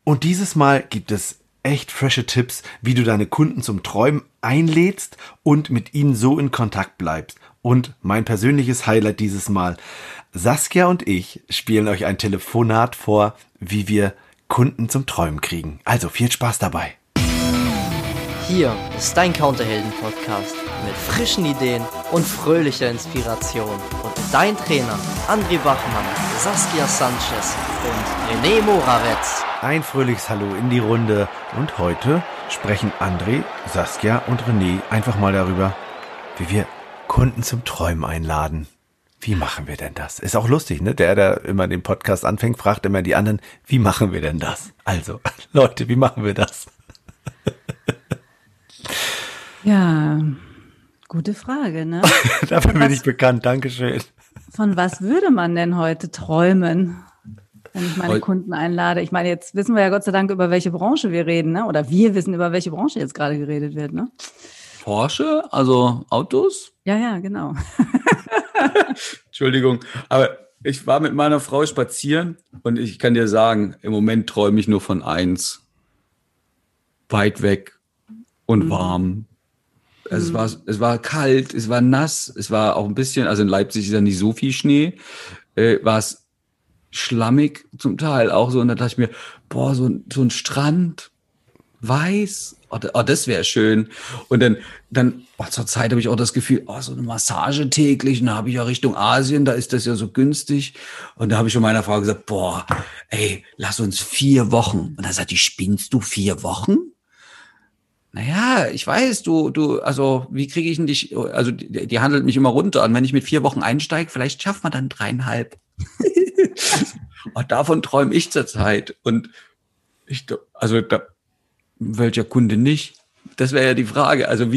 Und dieses Mal gibt es echt frische Tipps, wie du deine Kunden zum Träumen einlädst und mit ihnen so in Kontakt bleibst. Und mein persönliches Highlight dieses Mal: Saskia und ich spielen euch ein Telefonat vor, wie wir Kunden zum Träumen kriegen. Also viel Spaß dabei. Hier ist dein Counterhelden-Podcast mit frischen Ideen und fröhlicher Inspiration. Und dein Trainer André Bachmann, Saskia Sanchez und René Moravetz. Ein fröhliches Hallo in die Runde. Und heute sprechen André, Saskia und René einfach mal darüber, wie wir Kunden zum Träumen einladen. Wie machen wir denn das? Ist auch lustig, ne? Der immer den Podcast anfängt, fragt immer die anderen, wie machen wir denn das? Also, Leute, wie machen wir das? Ja, gute Frage, ne? Dafür bin ich bekannt, Dankeschön. Von was würde man denn heute träumen, wenn ich meine Kunden einlade? Ich meine, jetzt wissen wir ja Gott sei Dank, über welche Branche wir reden, ne? Oder wir wissen, über welche Branche jetzt gerade geredet wird, ne? Porsche, also Autos? Ja, genau. Entschuldigung, aber ich war mit meiner Frau spazieren und ich kann dir sagen, im Moment träume ich nur von eins. Weit weg und warm. Es war kalt, es war nass, es war auch ein bisschen, also in Leipzig ist ja nicht so viel Schnee, war es schlammig zum Teil auch so. Und da dachte ich mir, boah, so ein Strand, weiß, oh, das wäre schön. Und dann zur Zeit habe ich auch das Gefühl, so eine Massage täglich, und da habe ich ja Richtung Asien, da ist das ja so günstig. Und da habe ich schon meiner Frau gesagt, boah, ey, lass uns 4 Wochen. Und dann sagt die, spinnst du 4 Wochen? Naja, ich weiß, also wie kriege ich denn dich, also die handelt mich immer runter. Und wenn ich mit 4 Wochen einsteige, vielleicht schafft man dann 3,5. Und davon träume ich zurzeit. Und welcher Kunde nicht? Das wäre ja die Frage. Also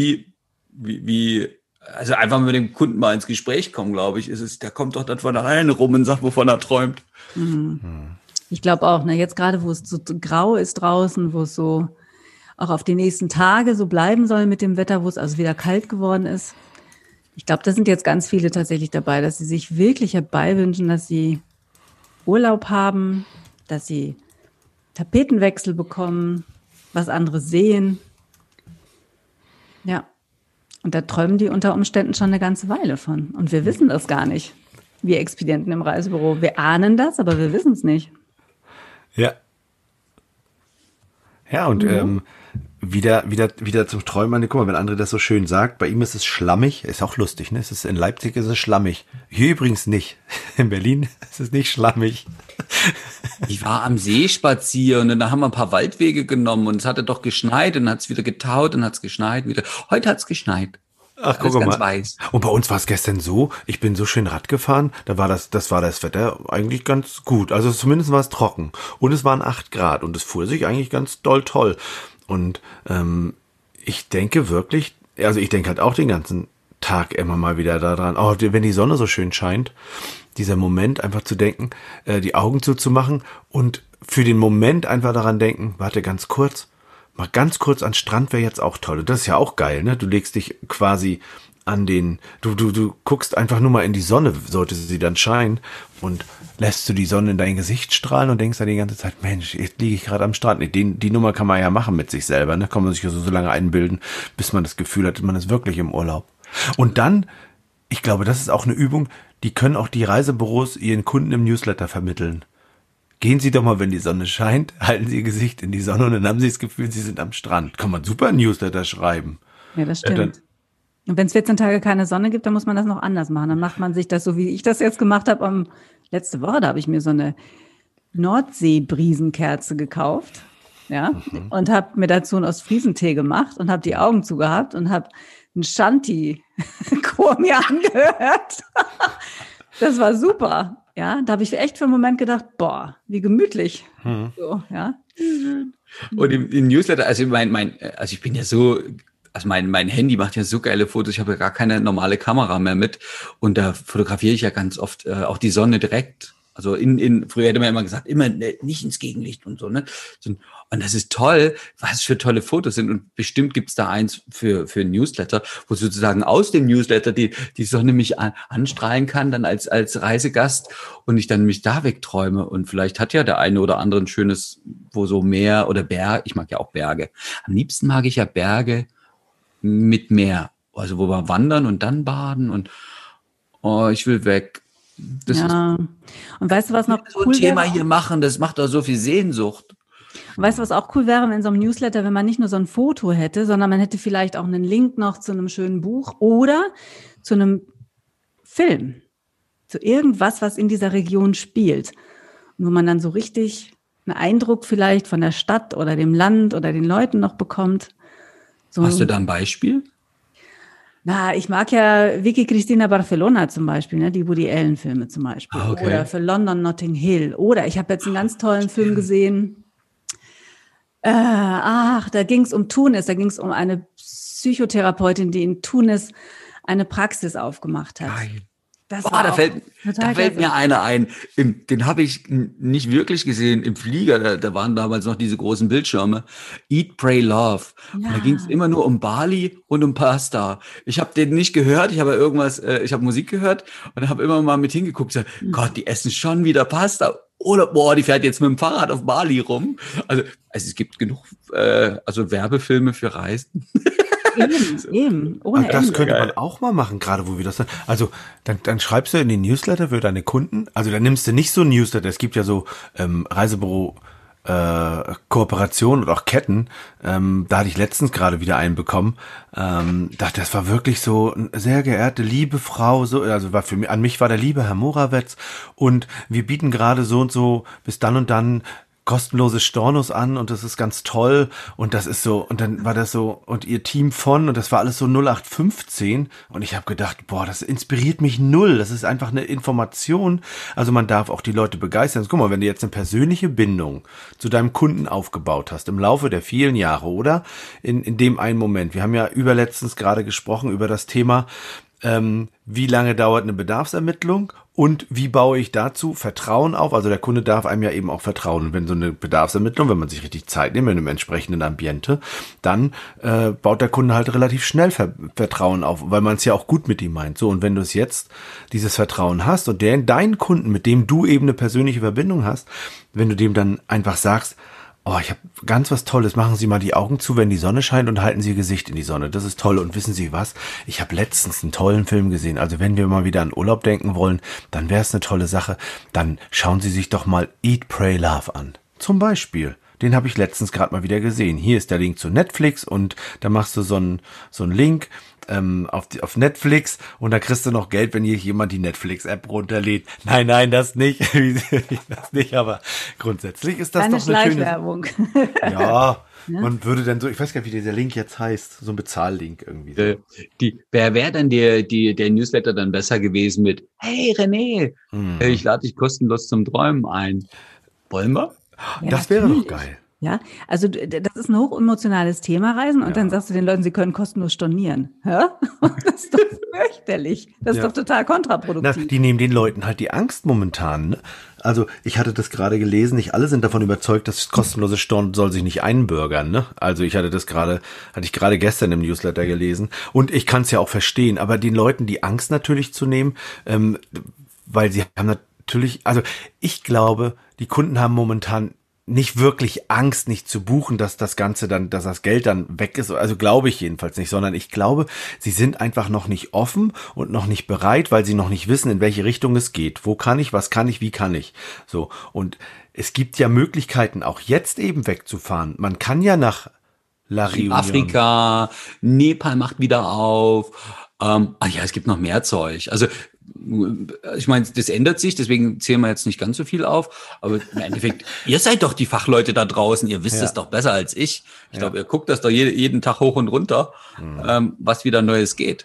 also einfach mit dem Kunden mal ins Gespräch kommen, glaube ich, der kommt doch dann von alleine rum und sagt, wovon er träumt. Ich glaube auch, ne, jetzt gerade, wo es so grau ist draußen, wo es so auch auf die nächsten Tage so bleiben soll mit dem Wetter, wo es also wieder kalt geworden ist. Ich glaube, da sind jetzt ganz viele tatsächlich dabei, dass sie sich wirklich herbeiwünschen, dass sie Urlaub haben, dass sie Tapetenwechsel bekommen, was andere sehen. Ja, und da träumen die unter Umständen schon eine ganze Weile von. Und wir wissen das gar nicht, wir Expedienten im Reisebüro. Wir ahnen das, aber wir wissen es nicht. Ja. Ja, und wieder zum Träumen. Guck mal, wenn André das so schön sagt, bei ihm ist es schlammig, ist auch lustig, ne? In Leipzig ist es schlammig. Hier übrigens nicht. In Berlin ist es nicht schlammig. Ich war am See spazieren und da haben wir ein paar Waldwege genommen und es hatte doch geschneit und dann hat es wieder getaut und hat es geschneit wieder. Heute hat es geschneit. Ach, guck mal. Weiß. Und bei uns war es gestern so, ich bin so schön Rad gefahren, das war das Wetter eigentlich ganz gut. Also zumindest war es trocken. Und es waren 8 Grad und es fuhr sich eigentlich ganz toll. Und ich denke wirklich, also ich denke halt auch den ganzen Tag immer mal wieder daran, wenn die Sonne so schön scheint, dieser Moment einfach zu denken, die Augen zuzumachen und für den Moment einfach daran denken, warte mal ganz kurz an den Strand wäre jetzt auch toll. Und das ist ja auch geil, ne? Du legst dich quasi du guckst einfach nur mal in die Sonne, sollte sie dann scheinen, und lässt du die Sonne in dein Gesicht strahlen und denkst dann die ganze Zeit, Mensch, jetzt liege ich gerade am Strand. Nee, die Nummer kann man ja machen mit sich selber, ne? Kann man sich so lange einbilden, bis man das Gefühl hat, man ist wirklich im Urlaub. Und dann, ich glaube, das ist auch eine Übung, die können auch die Reisebüros ihren Kunden im Newsletter vermitteln. Gehen Sie doch mal, wenn die Sonne scheint, halten Sie Ihr Gesicht in die Sonne und dann haben Sie das Gefühl, Sie sind am Strand. Kann man super ein Newsletter schreiben. Ja, das stimmt. Und wenn es 14 Tage keine Sonne gibt, dann muss man das noch anders machen. Dann macht man sich das so, wie ich das jetzt gemacht habe. Letzte Woche, da habe ich mir so eine Nordsee-Briesenkerze gekauft. Ja, und habe mir dazu einen Ostfriesentee gemacht und habe die Augen zugehabt und habe einen Shanty-Chor mir angehört. Das war super. Ja, da habe ich echt für einen Moment gedacht, boah, wie gemütlich. So, ja. Und im Newsletter, also ich bin ja so, also mein Handy macht ja so geile Fotos, ich habe ja gar keine normale Kamera mehr mit und da fotografiere ich ja ganz oft auch die Sonne direkt. Also früher hätte man immer gesagt, immer nicht ins Gegenlicht und so, ne? Und das ist toll, was für tolle Fotos sind. Und bestimmt gibt's da eins für ein Newsletter, wo sozusagen aus dem Newsletter die Sonne mich anstrahlen kann, dann als Reisegast und ich dann mich da wegträume. Und vielleicht hat ja der eine oder andere ein schönes, wo so Meer oder Berg, ich mag ja auch Berge. Am liebsten mag ich ja Berge mit Meer. Also wo wir wandern und dann baden und ich will weg. Das ist und weißt du, was noch so ein Thema hier machen, das macht doch so viel Sehnsucht. Und weißt du, was auch cool wäre in so einem Newsletter, wenn man nicht nur so ein Foto hätte, sondern man hätte vielleicht auch einen Link noch zu einem schönen Buch oder zu einem Film, zu irgendwas, was in dieser Region spielt. Und wo man dann so richtig einen Eindruck vielleicht von der Stadt oder dem Land oder den Leuten noch bekommt. So. Hast du da ein Beispiel? Na, ich mag ja Vicky Cristina Barcelona zum Beispiel, ne, die Woody Allen-Filme zum Beispiel. Okay. Oder für London Notting Hill. Oder ich habe jetzt einen ganz tollen Film gesehen. Da ging es um Tunis. Da ging es um eine Psychotherapeutin, die in Tunis eine Praxis aufgemacht hat. Geil. Da fällt mir einer ein. Den habe ich nicht wirklich gesehen im Flieger. Da waren damals noch diese großen Bildschirme. Eat, Pray, Love. Ja. Und da ging es immer nur um Bali und um Pasta. Ich habe den nicht gehört. Ich habe ich habe Musik gehört und habe immer mal mit hingeguckt. Und gesagt, Gott, die essen schon wieder Pasta. Oder, boah, die fährt jetzt mit dem Fahrrad auf Bali rum. Also es gibt genug Werbefilme für Reisen. Eben. Ohne das Ende. könnte man auch mal machen, gerade wo wir das dann. Also dann schreibst du in den Newsletter für deine Kunden. Also dann nimmst du nicht so ein Newsletter. Es gibt ja so Reisebüro Kooperationen und auch Ketten. Da hatte ich letztens gerade wieder einen bekommen. Das war wirklich so, sehr geehrte liebe Frau, so, also war an mich war der liebe Herr Morawetz und wir bieten gerade so und so bis dann und dann kostenlose Stornos an und das ist ganz toll und das ist so und dann war das so und ihr Team und das war alles so 0815 und ich habe gedacht, boah, das inspiriert mich null, das ist einfach eine Information, also man darf auch die Leute begeistern. Guck mal, wenn du jetzt eine persönliche Bindung zu deinem Kunden aufgebaut hast im Laufe der vielen Jahre oder in dem einen Moment, wir haben ja überletztens gerade gesprochen über das Thema, wie lange dauert eine Bedarfsermittlung und wie baue ich dazu Vertrauen auf? Also der Kunde darf einem ja eben auch vertrauen. Und wenn so eine Bedarfsermittlung, wenn man sich richtig Zeit nimmt in einem entsprechenden Ambiente, dann baut der Kunde halt relativ schnell Vertrauen auf, weil man es ja auch gut mit ihm meint. So, und wenn du es jetzt dieses Vertrauen hast und deinen Kunden, mit dem du eben eine persönliche Verbindung hast, wenn du dem dann einfach sagst, oh, ich habe ganz was Tolles. Machen Sie mal die Augen zu, wenn die Sonne scheint und halten Sie Ihr Gesicht in die Sonne. Das ist toll. Und wissen Sie was? Ich habe letztens einen tollen Film gesehen. Also wenn wir mal wieder an Urlaub denken wollen, dann wäre es eine tolle Sache. Dann schauen Sie sich doch mal Eat, Pray, Love an. Zum Beispiel. Den habe ich letztens gerade mal wieder gesehen. Hier ist der Link zu Netflix und da machst du so einen Link auf Netflix und da kriegst du noch Geld, wenn hier jemand die Netflix-App runterlädt. Nein, das nicht. Das nicht, aber grundsätzlich ist das Keine doch eine schöne... Schleichwerbung. Ja, man würde dann so, ich weiß gar nicht, wie dieser Link jetzt heißt, so ein Bezahllink irgendwie. So. Wer wäre dann der Newsletter dann besser gewesen mit, hey René, ich lade dich kostenlos zum Träumen ein. Wollen wir? Ja, das wäre doch geil. Ja, also das ist ein hochemotionales Thema, Reisen, und dann sagst du den Leuten, sie können kostenlos stornieren. Ja? Das ist doch fürchterlich. Das ist doch total kontraproduktiv. Na, die nehmen den Leuten halt die Angst momentan. Ne? Also ich hatte das gerade gelesen, nicht alle sind davon überzeugt, dass kostenlose Storno soll sich nicht einbürgern. Ne? Also hatte ich gerade gestern im Newsletter gelesen und ich kann es ja auch verstehen, aber den Leuten die Angst natürlich zu nehmen, weil sie haben natürlich, also ich glaube, die Kunden haben momentan nicht wirklich Angst, nicht zu buchen, dass das Geld dann weg ist. Also glaube ich jedenfalls nicht, sondern ich glaube, sie sind einfach noch nicht offen und noch nicht bereit, weil sie noch nicht wissen, in welche Richtung es geht. Wo kann ich, was kann ich, wie kann ich? So. Und es gibt ja Möglichkeiten, auch jetzt eben wegzufahren. Man kann ja nach La Réunion. Afrika, Nepal macht wieder auf. Es gibt noch mehr Zeug. Also, ich meine, das ändert sich, deswegen zählen wir jetzt nicht ganz so viel auf, aber im Endeffekt, ihr seid doch die Fachleute da draußen, ihr wisst es doch besser als ich. Ich glaube, ihr guckt das doch jeden Tag hoch und runter, was wieder Neues geht.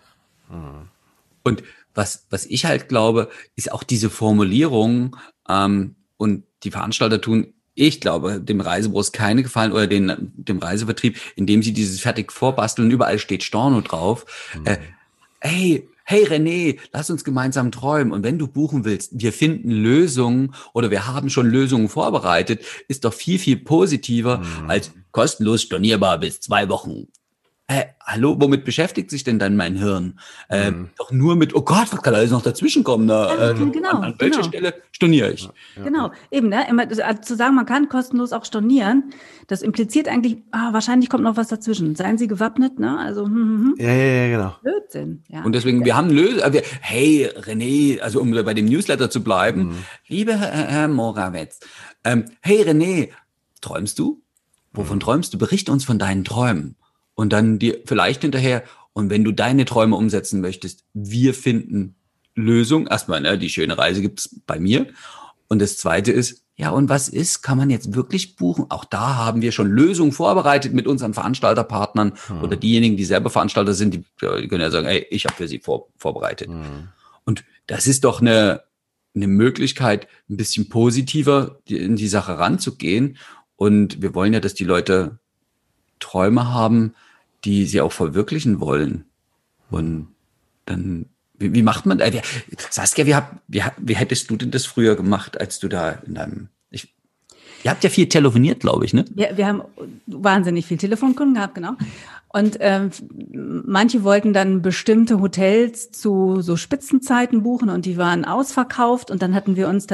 Und was ich halt glaube, ist auch diese Formulierung, und die Veranstalter tun, ich glaube, dem Reisebüro keine Gefallen oder dem Reisevertrieb, indem sie dieses fertig vorbasteln, überall steht Storno drauf. Hey, hey René, lass uns gemeinsam träumen. Und wenn du buchen willst, wir finden Lösungen oder wir haben schon Lösungen vorbereitet, ist doch viel, viel positiver als kostenlos stornierbar bis 2 Wochen. Hallo, womit beschäftigt sich denn dann mein Hirn? Doch nur mit, oh Gott, was kann alles noch dazwischen kommen? An welcher Stelle storniere ich? Ja. Genau, eben, ne? Immer zu sagen, man kann kostenlos auch stornieren, das impliziert eigentlich, wahrscheinlich kommt noch was dazwischen. Seien Sie gewappnet, ne? Also, Ja, genau. Blödsinn. Ja. Und deswegen, wir haben hey, René, also um bei dem Newsletter zu bleiben, liebe Herr Morawetz, hey René, träumst du? Wovon träumst du? Berichte uns von deinen Träumen. Und dann dir vielleicht hinterher, und wenn du deine Träume umsetzen möchtest, wir finden Lösungen. Erstmal, ne, die schöne Reise gibt's bei mir. Und das Zweite ist, ja, und was ist? Kann man jetzt wirklich buchen? Auch da haben wir schon Lösungen vorbereitet mit unseren Veranstalterpartnern oder diejenigen, die selber Veranstalter sind, die können ja sagen, ey, ich habe für sie vorbereitet. Und das ist doch eine Möglichkeit, ein bisschen positiver in die Sache ranzugehen. Und wir wollen ja, dass die Leute Träume haben, die sie auch verwirklichen wollen. Und dann, wie macht man, Saskia, wie hättest du denn das früher gemacht, als du da in deinem, ihr habt ja viel telefoniert, glaube ich, ne? Ja, wir haben wahnsinnig viel Telefonkunden gehabt, genau. Und manche wollten dann bestimmte Hotels zu so Spitzenzeiten buchen und die waren ausverkauft und dann haben wir uns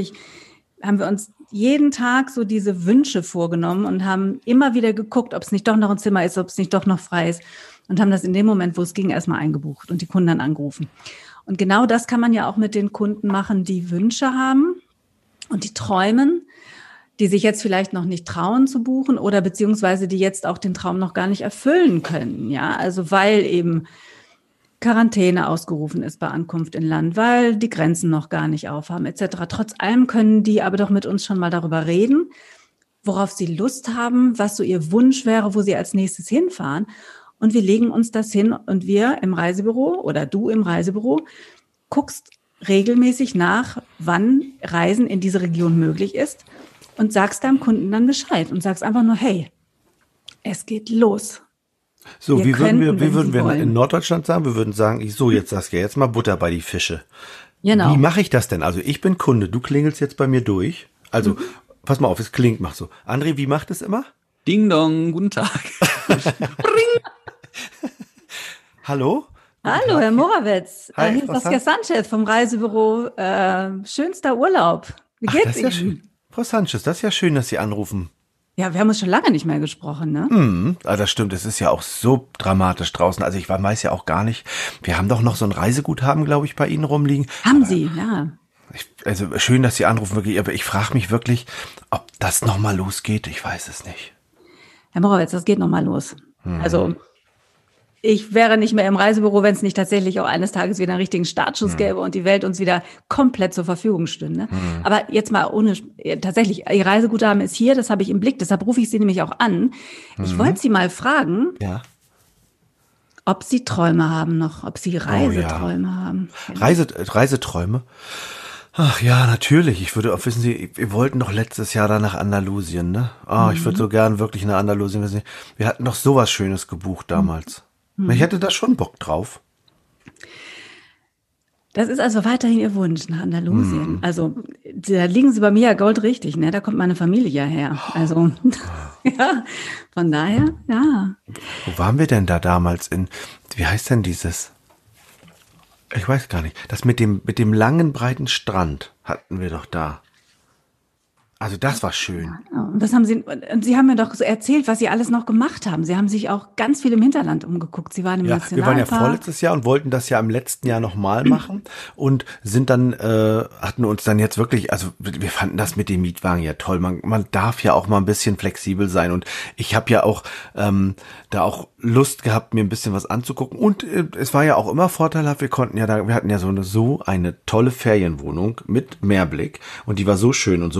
jeden Tag so diese Wünsche vorgenommen und haben immer wieder geguckt, ob es nicht doch noch ein Zimmer ist, ob es nicht doch noch frei ist und haben das in dem Moment, wo es ging, erstmal eingebucht und die Kunden dann angerufen. Und genau das kann man ja auch mit den Kunden machen, die Wünsche haben und die träumen, die sich jetzt vielleicht noch nicht trauen zu buchen oder beziehungsweise die jetzt auch den Traum noch gar nicht erfüllen können. Ja, also weil eben Quarantäne ausgerufen ist bei Ankunft in Land, weil die Grenzen noch gar nicht aufhaben etc. Trotz allem können die aber doch mit uns schon mal darüber reden, worauf sie Lust haben, was so ihr Wunsch wäre, wo sie als nächstes hinfahren. Und wir legen uns das hin und wir im Reisebüro oder du im Reisebüro guckst regelmäßig nach, wann Reisen in diese Region möglich ist und sagst deinem Kunden dann Bescheid und sagst einfach nur, hey, es geht los. So, wie würden wir in Norddeutschland sagen? Wir würden sagen, so, jetzt Saskia, jetzt mal Butter bei die Fische. Genau. Wie mache ich das denn? Also ich bin Kunde, du klingelst jetzt bei mir durch. Also, pass mal auf, es klingt, mach so. André, wie macht es immer? Ding dong, guten Tag. Hallo? Hallo, Herr Morawetz. Hi, Hier ist Saskia Sanchez vom Reisebüro. Schönster Urlaub. Wie geht's das ist ja schön. Frau Sanchez, das ist ja schön, dass Sie anrufen. Ja, wir haben uns schon lange nicht mehr gesprochen, ne? Das stimmt, es ist ja auch so dramatisch draußen. Also ich weiß ja auch gar nicht, wir haben doch noch so ein Reiseguthaben, glaube ich, bei Ihnen rumliegen. Haben Sie, ja. Also schön, dass Sie anrufen, wirklich, aber ich frage mich wirklich, ob das nochmal losgeht. Ich weiß es nicht. Herr Morawetz, das geht nochmal los. Also ich wäre nicht mehr im Reisebüro, wenn es nicht tatsächlich auch eines Tages wieder einen richtigen Startschuss gäbe und die Welt uns wieder komplett zur Verfügung stünde. Aber jetzt mal tatsächlich, Ihr Reiseguthaben ist hier, das habe ich im Blick, deshalb rufe ich Sie nämlich auch an. Ich wollte Sie mal fragen, ob Sie Träume haben noch, ob Sie Reiseträume haben. Reiseträume? Ach ja, natürlich. Ich würde auch, wissen Sie, wir wollten doch letztes Jahr da nach Andalusien, ne? Ich würde so gern wirklich nach Andalusien wissen. Wir hatten doch sowas Schönes gebucht damals. Ich hätte da schon Bock drauf. Das ist also weiterhin Ihr Wunsch nach Andalusien. Also da liegen Sie bei mir ja goldrichtig, ne? Da kommt meine Familie ja her. Also ja, von daher, ja. Wo waren wir denn da damals wie heißt denn dieses? Ich weiß gar nicht. Das mit dem langen, breiten Strand hatten wir doch da. Also das war schön. Und Sie haben mir doch so erzählt, was Sie alles noch gemacht haben. Sie haben sich auch ganz viel im Hinterland umgeguckt. Sie waren im Nationalpark. Wir waren ja vorletztes Jahr und wollten das ja im letzten Jahr nochmal machen und sind dann, hatten uns dann jetzt wirklich, also wir fanden das mit dem Mietwagen ja toll. Man darf ja auch mal ein bisschen flexibel sein und ich habe ja auch da auch Lust gehabt, mir ein bisschen was anzugucken und es war ja auch immer vorteilhaft, wir hatten ja so eine tolle Ferienwohnung mit Meerblick und die war so schön und so groß und ich habe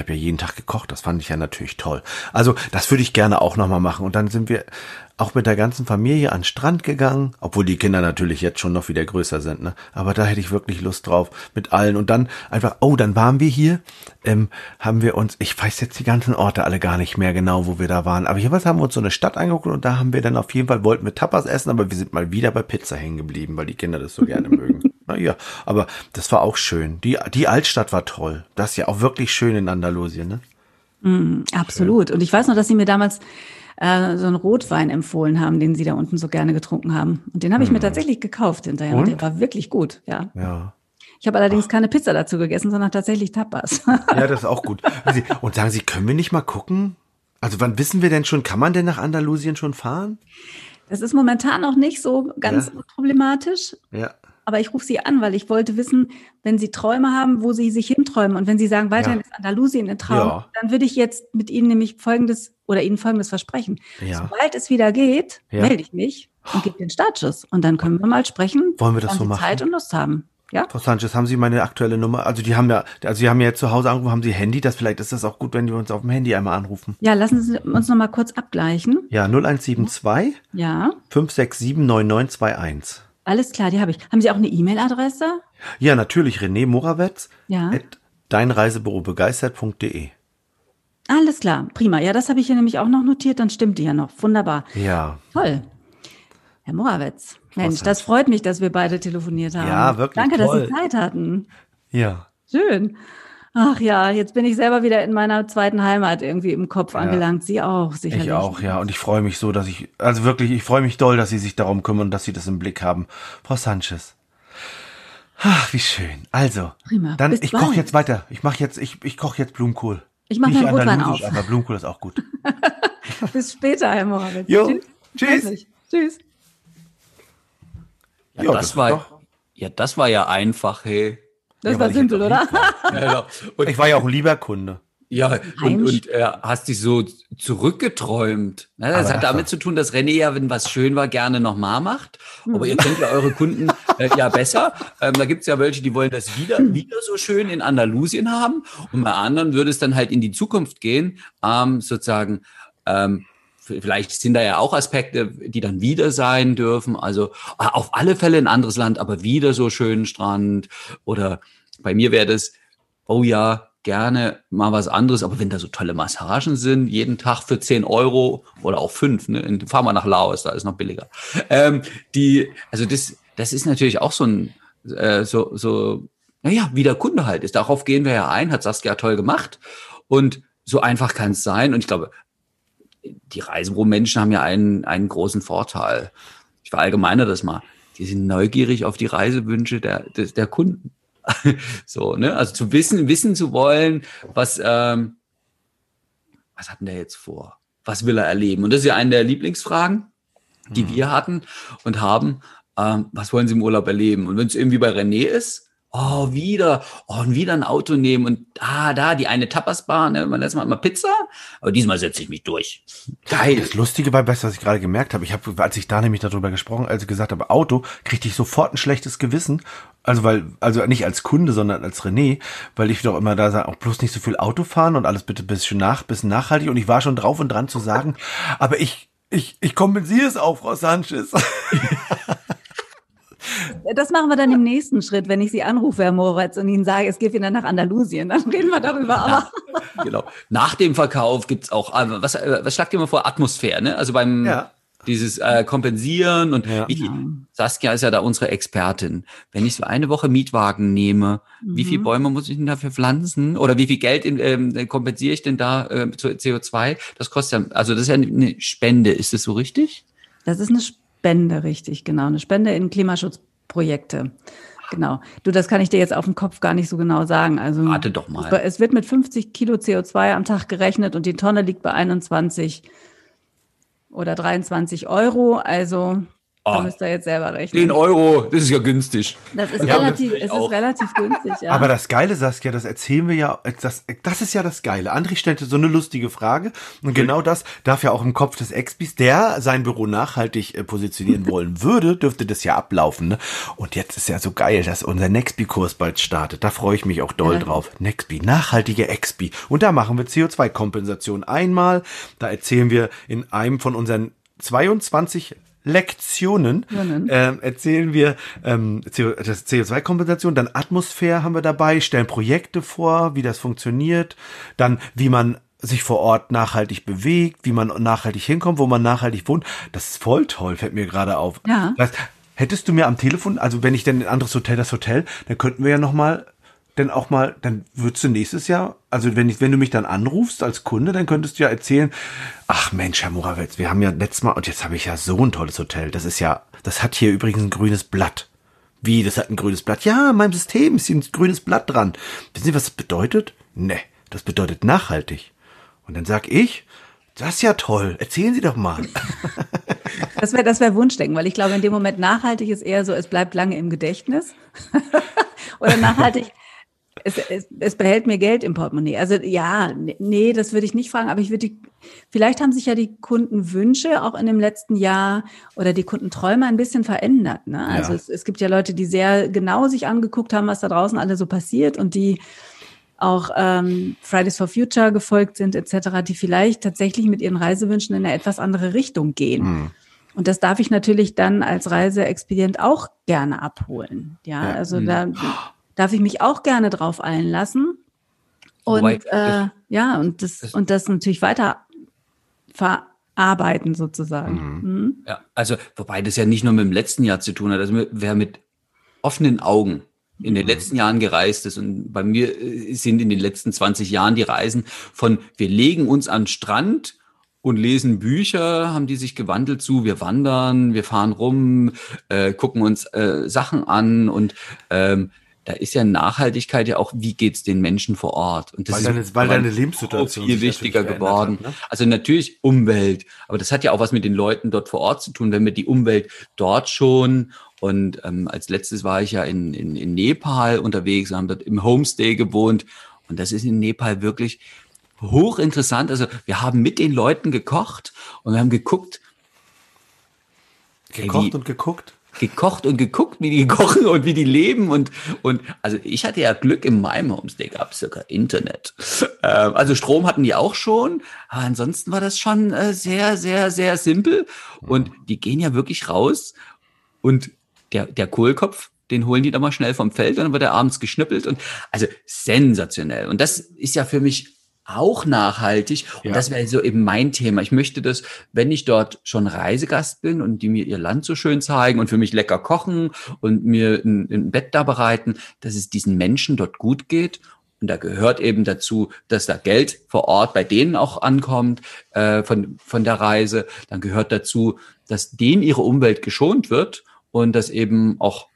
habe ja jeden Tag gekocht, das fand ich ja natürlich toll. Also das würde ich gerne auch nochmal machen. Und dann sind wir auch mit der ganzen Familie an den Strand gegangen, obwohl die Kinder natürlich jetzt schon noch wieder größer sind, ne? Aber da hätte ich wirklich Lust drauf mit allen. Und dann einfach, dann waren wir hier, haben wir uns, ich weiß jetzt die ganzen Orte alle gar nicht mehr genau, wo wir da waren, aber jeweils haben wir uns so eine Stadt angeguckt und da haben wir dann auf jeden Fall, wollten wir Tapas essen, aber wir sind mal wieder bei Pizza hängen geblieben, weil die Kinder das so gerne mögen. Naja, aber das war auch schön. Die Altstadt war toll. Das ist ja auch wirklich schön in Andalusien, ne? Absolut. Und ich weiß noch, dass Sie mir damals so einen Rotwein empfohlen haben, den Sie da unten so gerne getrunken haben. Und den habe ich mir tatsächlich gekauft hinterher. Und der war wirklich gut, ja. Ja. Ich habe allerdings keine Pizza dazu gegessen, sondern tatsächlich Tapas. Ja, das ist auch gut. Und sagen Sie, können wir nicht mal gucken? Also wann wissen wir denn schon, kann man denn nach Andalusien schon fahren? Das ist momentan noch nicht so ganz problematisch. Ja. Aber ich rufe Sie an, weil ich wollte wissen, wenn Sie Träume haben, wo Sie sich hinträumen. Und wenn Sie sagen, weiterhin ist Andalusien ein Traum, dann würde ich jetzt mit Ihnen nämlich Ihnen Folgendes versprechen. Ja. Sobald es wieder geht, melde ich mich und gebe den Startschuss. Und dann können wir mal sprechen, wollen wir das so Sie machen? Zeit und Lust haben. Ja? Frau Sanchez, haben Sie meine aktuelle Nummer? Also Sie haben ja jetzt zu Hause angerufen, haben Sie Handy? Vielleicht ist das auch gut, wenn wir uns auf dem Handy einmal anrufen. Ja, lassen Sie uns noch mal kurz abgleichen. Ja, 0172 567 9921. Alles klar, die habe ich. Haben Sie auch eine E-Mail-Adresse? Ja, natürlich, René Morawetz at deinreisebürobegeistert.de. Alles klar, prima. Ja, das habe ich hier nämlich auch noch notiert, dann stimmt die ja noch. Wunderbar. Ja. Toll. Herr Morawetz, Mensch, das freut mich, dass wir beide telefoniert haben. Ja, wirklich Danke, toll. dass Sie Zeit hatten. Ja. Schön. Ach ja, jetzt bin ich selber wieder in meiner zweiten Heimat irgendwie im Kopf angelangt. Sie auch, sicherlich. Ich auch, ja. Und ich freue mich so, ich freue mich doll, dass Sie sich darum kümmern, dass Sie das im Blick haben. Frau Sanchez. Ach, wie schön. Also, prima. Dann, ich koche jetzt weiter. Ich koche jetzt Blumenkohl. Ich mache meinen Rotwein auf. Aber Blumenkohl ist auch gut. Bis später, Herr Morawetz. Jo, tschüss. Tschüss. Ja, das war ja einfach, hey. Das war simpel, oder? Ja, und ich war ja auch ein lieber Kunde. Ja, und hast dich so zurückgeträumt. Das hat damit zu tun, dass René ja, wenn was schön war, gerne nochmal macht. Aber ihr kennt ja eure Kunden ja besser. Da gibt's ja welche, die wollen das wieder so schön in Andalusien haben. Und bei anderen würde es dann halt in die Zukunft gehen, sozusagen. Vielleicht sind da ja auch Aspekte, die dann wieder sein dürfen. Also auf alle Fälle ein anderes Land, aber wieder so schönen Strand. Oder bei mir wäre das, oh ja, gerne mal was anderes. Aber wenn da so tolle Massagen sind, jeden Tag für 10 Euro oder auch 5, ne? Fahren wir nach Laos, da ist noch billiger. Das ist natürlich auch so ein, wie der Kunde halt ist. Darauf gehen wir ja ein, hat Saskia toll gemacht. Und so einfach kann es sein. Und ich glaube, die Reisebüro-Menschen haben ja einen großen Vorteil. Ich verallgemeine das mal. Die sind neugierig auf die Reisewünsche der Kunden. So, ne? Also zu wissen zu wollen, was hat denn der jetzt vor? Was will er erleben? Und das ist ja eine der Lieblingsfragen, die wir hatten und haben. Was wollen Sie im Urlaub erleben? Und wenn es irgendwie bei René ist, wieder ein Auto nehmen und die eine Tapasbar, ne, man lässt mal Pizza, aber diesmal setze ich mich durch. Geil. Das Lustige war, was ich gerade gemerkt habe, als ich da nämlich darüber gesprochen, als ich gesagt habe, Auto, kriegte ich sofort ein schlechtes Gewissen, also nicht als Kunde, sondern als René, weil ich doch immer da sage, auch bloß nicht so viel Auto fahren und alles bitte bisschen nachhaltig, und ich war schon drauf und dran zu sagen, aber ich kompensiere es auch, Frau Sanchez. Das machen wir dann im nächsten Schritt, wenn ich Sie anrufe, Herr Morawetz, und Ihnen sage, es geht wieder nach Andalusien. Dann reden wir darüber. Aber genau. Nach dem Verkauf gibt's auch, was schlagt ihr mal vor? Atmosphäre, ne? Also beim dieses Kompensieren und Saskia ist ja da unsere Expertin. Wenn ich so eine Woche Mietwagen nehme, wie viele Bäume muss ich denn dafür pflanzen? Oder wie viel Geld kompensiere ich denn da zu CO2? Das kostet ja, also das ist ja eine Spende. Ist das so richtig? Das ist eine Spende, richtig, genau. Eine Spende in Klimaschutzprojekte. Genau. Du, das kann ich dir jetzt auf dem Kopf gar nicht so genau sagen. Also, warte doch mal. Es wird mit 50 Kilo CO2 am Tag gerechnet und die Tonne liegt bei 21 oder 23 Euro. Also Da müsst ihr jetzt selber rechnen. 10 Euro, das ist ja günstig. Das ist relativ günstig, ja. Aber das Geile, Saskia, das erzählen wir ja, das ist ja das Geile. André stellte so eine lustige Frage und genau das darf ja auch im Kopf des Expis, der sein Büro nachhaltig positionieren wollen würde, dürfte das ja ablaufen. Ne? Und jetzt ist ja so geil, dass unser Nextby-Kurs bald startet. Da freue ich mich auch doll drauf. Nextby, nachhaltige Expi. Und da machen wir CO2-Kompensation einmal. Da erzählen wir in einem von unseren 22 Lektionen erzählen wir das CO2-Kompensation, dann Atmosphäre haben wir dabei, stellen Projekte vor, wie das funktioniert, dann wie man sich vor Ort nachhaltig bewegt, wie man nachhaltig hinkommt, wo man nachhaltig wohnt. Das ist voll toll, fällt mir gerade auf. Ja. Das heißt, hättest du mir am Telefon, also wenn ich denn ein anderes Hotel, das Hotel, dann könnten wir ja nochmal, dann würdest du nächstes Jahr, also wenn du mich dann anrufst als Kunde, dann könntest du ja erzählen, ach Mensch, Herr Morawetz, wir haben ja letztes Mal, und jetzt habe ich ja so ein tolles Hotel, das hat hier übrigens ein grünes Blatt. Wie, das hat ein grünes Blatt? Ja, in meinem System ist hier ein grünes Blatt dran. Wissen Sie, was das bedeutet? Nee, das bedeutet nachhaltig. Und dann sag ich, das ist ja toll, erzählen Sie doch mal. Das wär Wunschdenken, weil ich glaube, in dem Moment nachhaltig ist eher so, es bleibt lange im Gedächtnis. Oder nachhaltig, es behält mir Geld im Portemonnaie. Also ja, nee, das würde ich nicht fragen, aber vielleicht haben sich ja die Kundenwünsche auch in dem letzten Jahr oder die Kundenträume ein bisschen verändert. Ne? Also es gibt ja Leute, die sehr genau sich angeguckt haben, was da draußen alle so passiert und die auch Fridays for Future gefolgt sind etc., die vielleicht tatsächlich mit ihren Reisewünschen in eine etwas andere Richtung gehen. Und das darf ich natürlich dann als Reiseexpedient auch gerne abholen. Ja, also da darf ich mich auch gerne drauf einlassen und das natürlich weiter verarbeiten sozusagen. Ja, also wobei das ja nicht nur mit dem letzten Jahr zu tun hat. Also wer mit offenen Augen in den letzten Jahren gereist ist und bei mir sind in den letzten 20 Jahren die Reisen von wir legen uns an den Strand und lesen Bücher, haben die sich gewandelt zu, wir wandern, wir fahren rum, gucken uns Sachen an und da ist ja Nachhaltigkeit ja auch, wie geht's den Menschen vor Ort? Und das weil deine Lebenssituation viel wichtiger geworden. Hat, ne? Also natürlich Umwelt, aber das hat ja auch was mit den Leuten dort vor Ort zu tun, wenn wir die Umwelt dort schon und als letztes war ich ja in Nepal unterwegs, haben dort im Homestay gewohnt und das ist in Nepal wirklich hochinteressant. Also wir haben mit den Leuten gekocht und wir haben geguckt. Gekocht und geguckt, wie die kochen und wie die leben und also ich hatte ja Glück, in meinem Homestay gab es sogar Internet. Also Strom hatten die auch schon, aber ansonsten war das schon sehr, sehr, sehr simpel und die gehen ja wirklich raus und der Kohlkopf, den holen die dann mal schnell vom Feld und dann wird er abends geschnippelt und also sensationell und das ist ja für mich auch nachhaltig. Und das wäre so eben mein Thema. Ich möchte das, wenn ich dort schon Reisegast bin und die mir ihr Land so schön zeigen und für mich lecker kochen und mir ein Bett da bereiten, dass es diesen Menschen dort gut geht. Und da gehört eben dazu, dass da Geld vor Ort bei denen auch ankommt von der Reise. Dann gehört dazu, dass denen ihre Umwelt geschont wird und dass eben auch,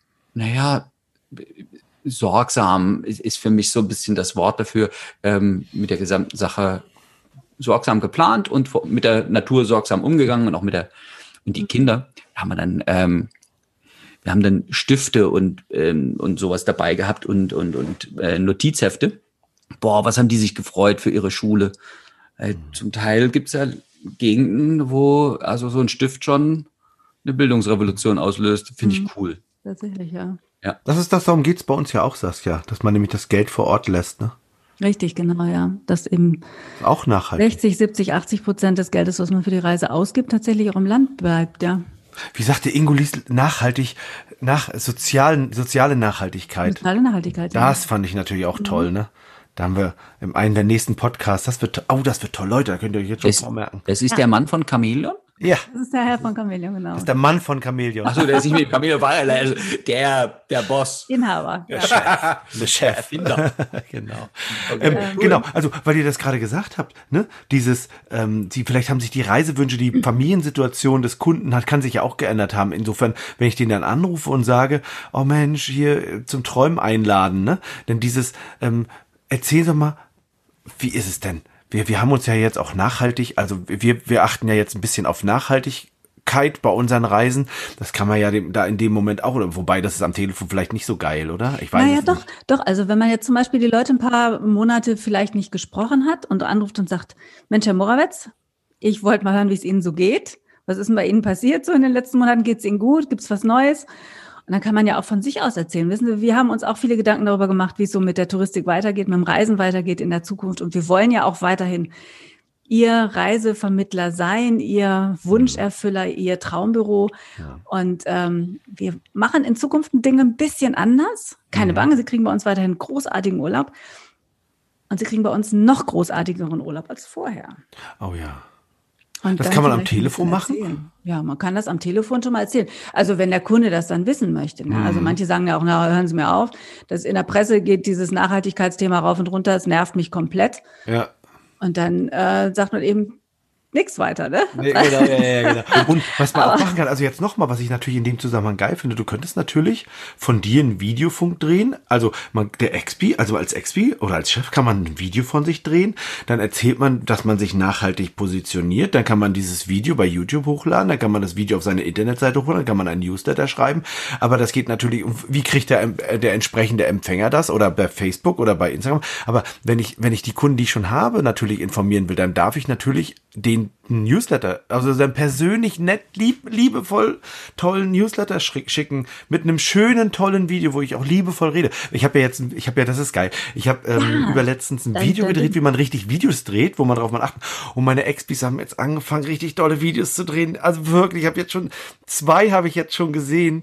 sorgsam ist für mich so ein bisschen das Wort dafür, mit der gesamten Sache sorgsam geplant und mit der Natur sorgsam umgegangen und auch und die Kinder haben wir dann, wir haben dann Stifte und sowas dabei gehabt und Notizhefte. Boah, was haben die sich gefreut für ihre Schule. Zum Teil gibt's ja Gegenden, wo also so ein Stift schon eine Bildungsrevolution auslöst. Finde ich cool. Tatsächlich, ja. Ja. Darum geht's bei uns ja auch, Saskia, dass man nämlich das Geld vor Ort lässt, ne? Richtig, genau, ja. Dass eben auch nachhaltig 60, 70, 80% des Geldes, was man für die Reise ausgibt, tatsächlich auch im Land bleibt, ja. Wie sagte Ingo Lies, soziale Nachhaltigkeit. Soziale Nachhaltigkeit, ja. Das fand ich natürlich auch toll, ne? Da haben wir in einem der nächsten Podcasts, das wird toll, Leute, da könnt ihr euch jetzt schon vormerken. Das ist der Mann von Chamäleon? Ja. Das ist der Herr von Chamäleon, genau. Das ist der Mann von Chamäleon. Ach so, der ist nicht mit Chamäleon, also der Boss. Inhaber. Der Chef. Erfinder. Genau. Okay. Genau, also weil ihr das gerade gesagt habt, ne? Vielleicht haben sich die Reisewünsche, die Familiensituation des Kunden kann sich ja auch geändert haben. Insofern, wenn ich den dann anrufe und sage, oh Mensch, hier zum Träumen einladen, ne? Denn erzähl doch mal, wie ist es denn? Wir haben uns ja jetzt auch nachhaltig, also wir achten ja jetzt ein bisschen auf Nachhaltigkeit Aufmerksamkeit bei unseren Reisen. Das kann man ja da in dem Moment auch, oder wobei das ist am Telefon vielleicht nicht so geil, oder? Ich weiß Naja, es doch, nicht. doch. Also wenn man jetzt zum Beispiel die Leute ein paar Monate vielleicht nicht gesprochen hat und anruft und sagt, Mensch, Herr Morawetz, ich wollte mal hören, wie es Ihnen so geht. Was ist denn bei Ihnen passiert so in den letzten Monaten? Geht es Ihnen gut? Gibt es was Neues? Und dann kann man ja auch von sich aus erzählen. Wissen Sie, wir haben uns auch viele Gedanken darüber gemacht, wie es so mit der Touristik weitergeht, mit dem Reisen weitergeht in der Zukunft. Und wir wollen ja auch weiterhin Ihr Reisevermittler sein, Ihr Wunscherfüller, Ihr Traumbüro. Ja. Und wir machen in Zukunft Dinge ein bisschen anders. Keine Bange, Sie kriegen bei uns weiterhin großartigen Urlaub. Und Sie kriegen bei uns noch großartigeren Urlaub als vorher. Oh ja. Und Das dann kann man am vielleicht ein Telefon bisschen machen? erzählen. Ja, man kann das am Telefon schon mal erzählen. Also wenn der Kunde das dann wissen möchte. Ne? Also manche sagen ja auch, na, hören Sie mir auf. Das in der Presse geht dieses Nachhaltigkeitsthema rauf und runter. Es nervt mich komplett. Ja. Und dann sagt man eben nichts weiter, ne? Nee, genau. Und was man auch machen kann, also jetzt nochmal, was ich natürlich in dem Zusammenhang geil finde, du könntest natürlich von dir einen Videofunk drehen, also der Expi, also als Expi oder als Chef kann man ein Video von sich drehen, dann erzählt man, dass man sich nachhaltig positioniert, dann kann man dieses Video bei YouTube hochladen, dann kann man das Video auf seine Internetseite hochladen, dann kann man einen Newsletter schreiben, aber das geht natürlich, wie kriegt der entsprechende Empfänger das oder bei Facebook oder bei Instagram, aber wenn ich die Kunden, die ich schon habe, natürlich informieren will, dann darf ich natürlich den Newsletter, also dann persönlich nett, liebevoll tollen Newsletter schicken mit einem schönen, tollen Video, wo ich auch liebevoll rede. Das ist geil. Ich habe über letztens ein Video gedreht, wie man richtig Videos dreht, wo man drauf mal achten. Und meine Expis haben jetzt angefangen, richtig tolle Videos zu drehen. Also wirklich, ich habe jetzt schon 2 gesehen,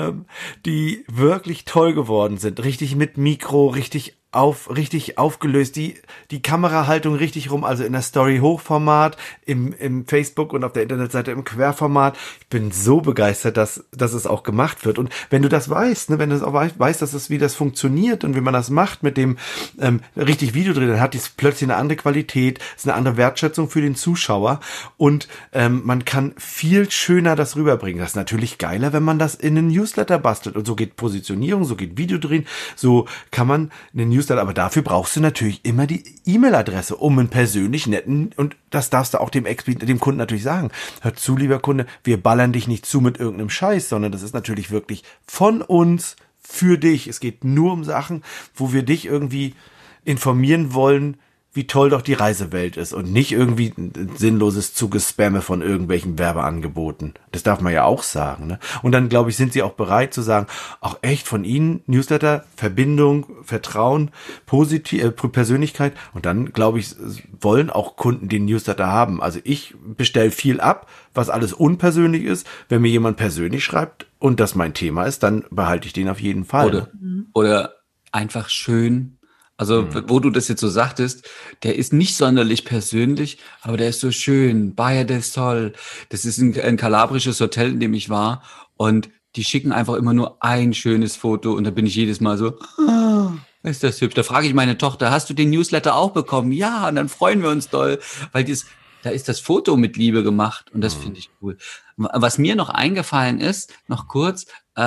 die wirklich toll geworden sind. Richtig mit Mikro, richtig aufgelöst, die Kamerahaltung richtig rum, also in der Story Hochformat, im Facebook und auf der Internetseite im Querformat. Ich bin so begeistert, dass es auch gemacht wird. Und wenn du das weißt, ne, wenn du das auch weißt, wie das funktioniert und wie man das macht mit dem richtig Video drehen, dann hat dies plötzlich eine andere Qualität, ist eine andere Wertschätzung für den Zuschauer und man kann viel schöner das rüberbringen. Das ist natürlich geiler, wenn man das in einen Newsletter bastelt. Und so geht Positionierung, so geht Video drehen, so kann man einen aber dafür brauchst du natürlich immer die E-Mail-Adresse, um einen persönlich netten, und das darfst du auch dem Kunden natürlich sagen. Hör zu, lieber Kunde, wir ballern dich nicht zu mit irgendeinem Scheiß, sondern das ist natürlich wirklich von uns für dich. Es geht nur um Sachen, wo wir dich irgendwie informieren wollen, wie toll doch die Reisewelt ist und nicht irgendwie ein sinnloses Zugespamme von irgendwelchen Werbeangeboten. Das darf man ja auch sagen, ne? Und dann, glaube ich, sind sie auch bereit zu sagen, auch echt von Ihnen, Newsletter, Verbindung, Vertrauen, Persönlichkeit. Und dann, glaube ich, wollen auch Kunden den Newsletter haben. Also ich bestelle viel ab, was alles unpersönlich ist. Wenn mir jemand persönlich schreibt und das mein Thema ist, dann behalte ich den auf jeden Fall. Oder einfach schön. Also, wo du das jetzt so sagtest, der ist nicht sonderlich persönlich, aber der ist so schön. Baia del Sol. Das ist ein kalabrisches Hotel, in dem ich war. Und die schicken einfach immer nur ein schönes Foto. Und da bin ich jedes Mal so, ist das hübsch. Da frage ich meine Tochter, hast du den Newsletter auch bekommen? Ja, und dann freuen wir uns doll, weil da ist das Foto mit Liebe gemacht. Und das finde ich cool. Was mir noch eingefallen ist, noch kurz,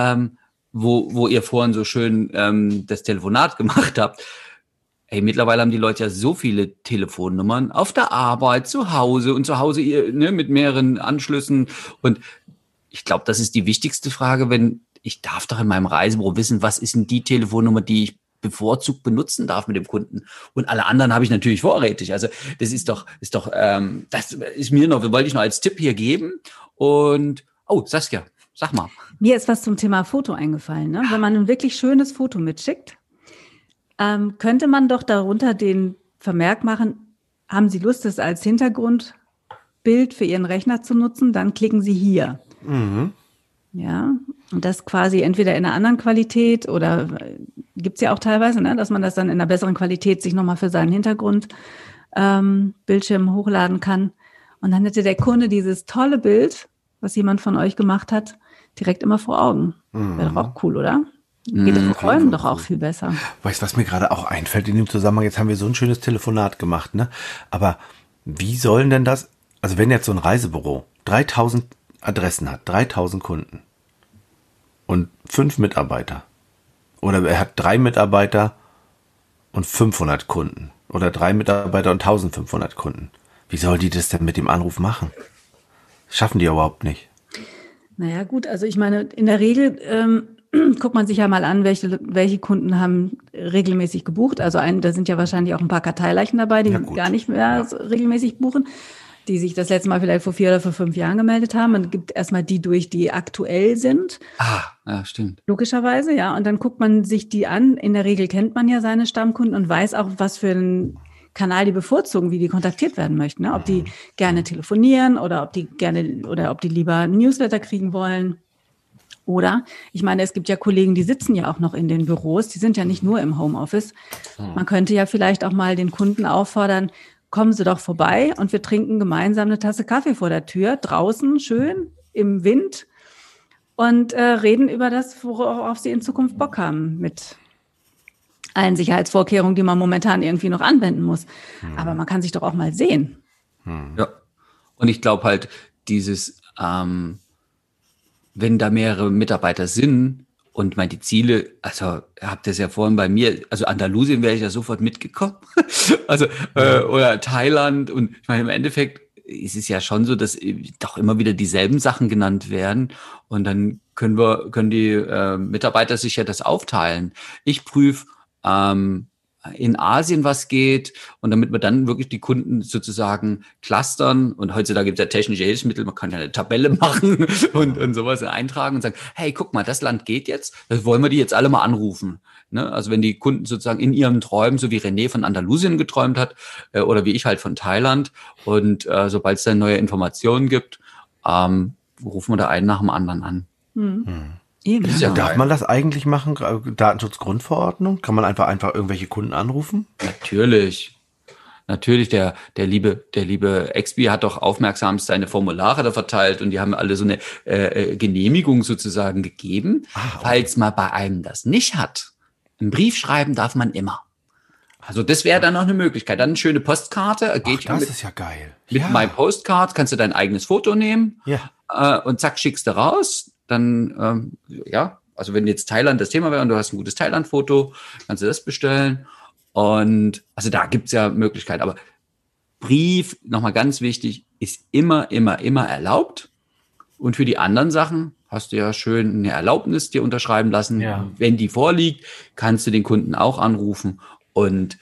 wo ihr vorhin so schön das Telefonat gemacht habt. Ey, mittlerweile haben die Leute ja so viele Telefonnummern auf der Arbeit, zu Hause und zu Hause mit mehreren Anschlüssen. Und ich glaube, das ist die wichtigste Frage, ich darf doch in meinem Reisebüro wissen, was ist denn die Telefonnummer, die ich bevorzugt benutzen darf mit dem Kunden. Und alle anderen habe ich natürlich vorrätig. Also das das ist mir wollte ich noch als Tipp hier geben. Und, Saskia, sag mal. Mir ist was zum Thema Foto eingefallen, ne? Wenn man ein wirklich schönes Foto mitschickt, könnte man doch darunter den Vermerk machen, haben Sie Lust, das als Hintergrundbild für Ihren Rechner zu nutzen? Dann klicken Sie hier. Mhm. Ja, und das quasi entweder in einer anderen Qualität oder gibt's ja auch teilweise, ne, dass man das dann in einer besseren Qualität sich nochmal für seinen Hintergrund Bildschirm hochladen kann. Und dann hätte der Kunde dieses tolle Bild, was jemand von euch gemacht hat, direkt immer vor Augen. Wäre doch auch cool, oder? Geht das Räumen doch auch viel besser. Weißt du, was mir gerade auch einfällt in dem Zusammenhang? Jetzt haben wir so ein schönes Telefonat gemacht, ne? Aber wie sollen denn das, also wenn jetzt so ein Reisebüro 3000 Adressen hat, 3000 Kunden und 5 Mitarbeiter oder er hat 3 Mitarbeiter und 500 Kunden oder 3 Mitarbeiter und 1500 Kunden. Wie soll die das denn mit dem Anruf machen? Das schaffen die überhaupt nicht. Naja, gut, also ich meine, in der Regel guckt man sich ja mal an, welche Kunden haben regelmäßig gebucht. Also da sind ja wahrscheinlich auch ein paar Karteileichen dabei, die gar nicht mehr regelmäßig buchen, die sich das letzte Mal vielleicht vor 4 oder vor 5 Jahren gemeldet haben. Man gibt erstmal die durch, die aktuell sind. Ja, stimmt. Logischerweise, ja. Und dann guckt man sich die an. In der Regel kennt man ja seine Stammkunden und weiß auch, was für einen Kanal die bevorzugen, wie die kontaktiert werden möchten. Ne? Ob die gerne telefonieren oder ob die lieber ein Newsletter kriegen wollen. Oder, ich meine, es gibt ja Kollegen, die sitzen ja auch noch in den Büros, die sind ja nicht nur im Homeoffice. Man könnte ja vielleicht auch mal den Kunden auffordern, kommen Sie doch vorbei und wir trinken gemeinsam eine Tasse Kaffee vor der Tür, draußen schön im Wind und reden über das, worauf Sie in Zukunft Bock haben, mit allen Sicherheitsvorkehrungen, die man momentan irgendwie noch anwenden muss. Aber man kann sich doch auch mal sehen. Ja, und ich glaube halt, dieses, wenn da mehrere Mitarbeiter sind und die Ziele, also habt ihr es ja vorhin bei mir, also Andalusien wäre ich ja sofort mitgekommen, also oder Thailand, und ich meine, im Endeffekt ist es ja schon so, dass doch immer wieder dieselben Sachen genannt werden, und dann können die Mitarbeiter sich ja das aufteilen. Ich prüfe in Asien, was geht, und damit wir dann wirklich die Kunden sozusagen clustern, und heutzutage gibt es ja technische Hilfsmittel, man kann ja eine Tabelle machen und sowas eintragen und sagen, hey, guck mal, das Land geht jetzt, das wollen wir die jetzt alle mal anrufen. Ne? Also wenn die Kunden sozusagen in ihren Träumen, so wie René von Andalusien geträumt hat, oder wie ich halt von Thailand, und sobald es dann neue Informationen gibt, rufen wir da einen nach dem anderen an. Eben. Ja, darf man das eigentlich machen? Datenschutzgrundverordnung? Kann man einfach irgendwelche Kunden anrufen? Natürlich, der liebe Expi hat doch aufmerksamst seine Formulare da verteilt, und die haben alle so eine Genehmigung sozusagen gegeben. Okay. Falls man bei einem das nicht hat, einen Brief schreiben darf man immer. Also das wäre dann noch eine Möglichkeit. Dann eine schöne Postkarte. Ist ja geil. Mit My Postcard kannst du dein eigenes Foto nehmen, und zack, schickst du raus. Dann, also wenn jetzt Thailand das Thema wäre und du hast ein gutes Thailand-Foto, kannst du das bestellen. Und also da gibt's ja Möglichkeiten. Aber Brief, nochmal ganz wichtig, ist immer erlaubt. Und für die anderen Sachen hast du ja schön eine Erlaubnis dir unterschreiben lassen. Ja. Wenn die vorliegt, kannst du den Kunden auch anrufen. Und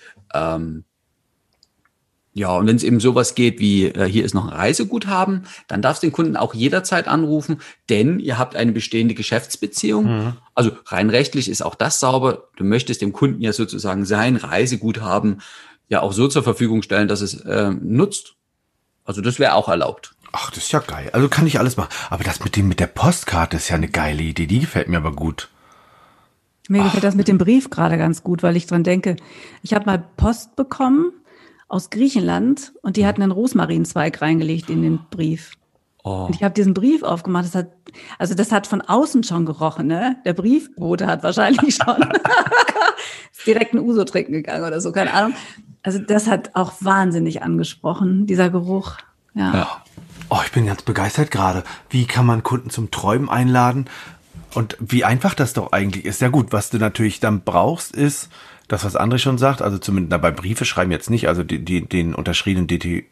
und wenn es eben sowas geht wie, hier ist noch ein Reiseguthaben, dann darfst du den Kunden auch jederzeit anrufen, denn ihr habt eine bestehende Geschäftsbeziehung. Also rein rechtlich ist auch das sauber. Du möchtest dem Kunden ja sozusagen sein Reiseguthaben ja auch so zur Verfügung stellen, dass es nutzt. Also das wäre auch erlaubt. Ach, das ist ja geil. Also kann ich alles machen. Aber das mit der Postkarte ist ja eine geile Idee. Die gefällt mir aber gut. Mir gefällt das mit dem Brief gerade ganz gut, weil ich dran denke, ich habe mal Post bekommen aus Griechenland, und die hatten einen Rosmarinzweig reingelegt in den Brief. Und ich habe diesen Brief aufgemacht. Das hat von außen schon gerochen, ne? Der Briefbote hat wahrscheinlich schon ist direkt ein Uso trinken gegangen oder so, keine Ahnung. Also das hat auch wahnsinnig angesprochen, dieser Geruch. Ja. Oh, ich bin ganz begeistert gerade. Wie kann man Kunden zum Träumen einladen? Und wie einfach das doch eigentlich ist. Ja gut, was du natürlich dann brauchst, ist das, was André schon sagt, also zumindest bei Briefe schreiben jetzt nicht, also den unterschriebenen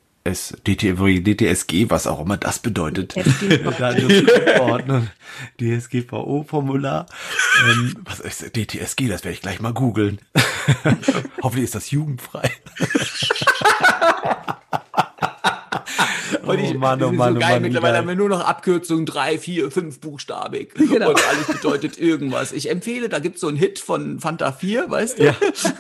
DTSG, was auch immer das bedeutet. DSGVO-Formular. Was ist DTSG? Das werde ich gleich mal googeln. Hoffentlich ist das jugendfrei. Und so geil, mittlerweile haben wir nur noch Abkürzungen, 3, 4, 5 buchstabig. Genau. Und alles bedeutet irgendwas. Ich empfehle, da gibt's so einen Hit von Fanta 4, weißt du? Ja.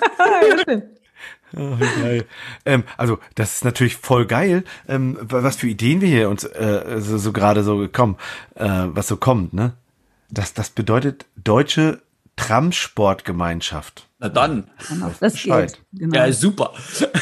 Oh, geil. Also, das ist natürlich voll geil, was für Ideen wir hier uns so gerade so gekommen, was so kommt, ne? Das bedeutet Deutsche Tramsportgemeinschaft. Na dann. Das geht. Genau. Ja, super.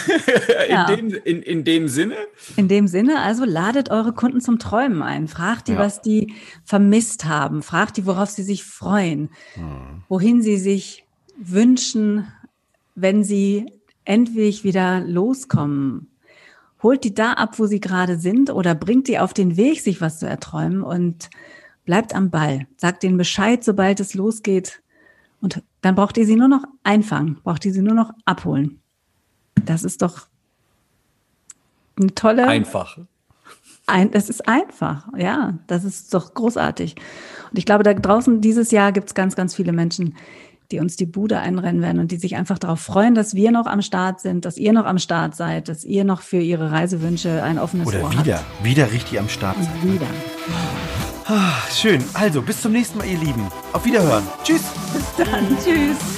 In dem Sinne? In dem Sinne, also ladet eure Kunden zum Träumen ein. Fragt die, was die vermisst haben. Fragt die, worauf sie sich freuen. Wohin sie sich wünschen, wenn sie endlich wieder loskommen. Holt die da ab, wo sie gerade sind, oder bringt die auf den Weg, sich was zu erträumen, und bleibt am Ball. Sagt denen Bescheid, sobald es losgeht. Und dann braucht ihr sie nur noch einfangen, braucht ihr sie nur noch abholen. Das ist doch eine tolle... Einfach. ist einfach, ja, das ist doch großartig. Und ich glaube, da draußen dieses Jahr gibt es ganz, ganz viele Menschen, die uns die Bude einrennen werden und die sich einfach darauf freuen, dass wir noch am Start sind, dass ihr noch am Start seid, dass ihr noch für ihre Reisewünsche ein offenes Ohr habt. Oder wieder richtig am Start seid. Wieder. Schön. Also, bis zum nächsten Mal, ihr Lieben. Auf Wiederhören. Tschüss. Bis dann. Tschüss.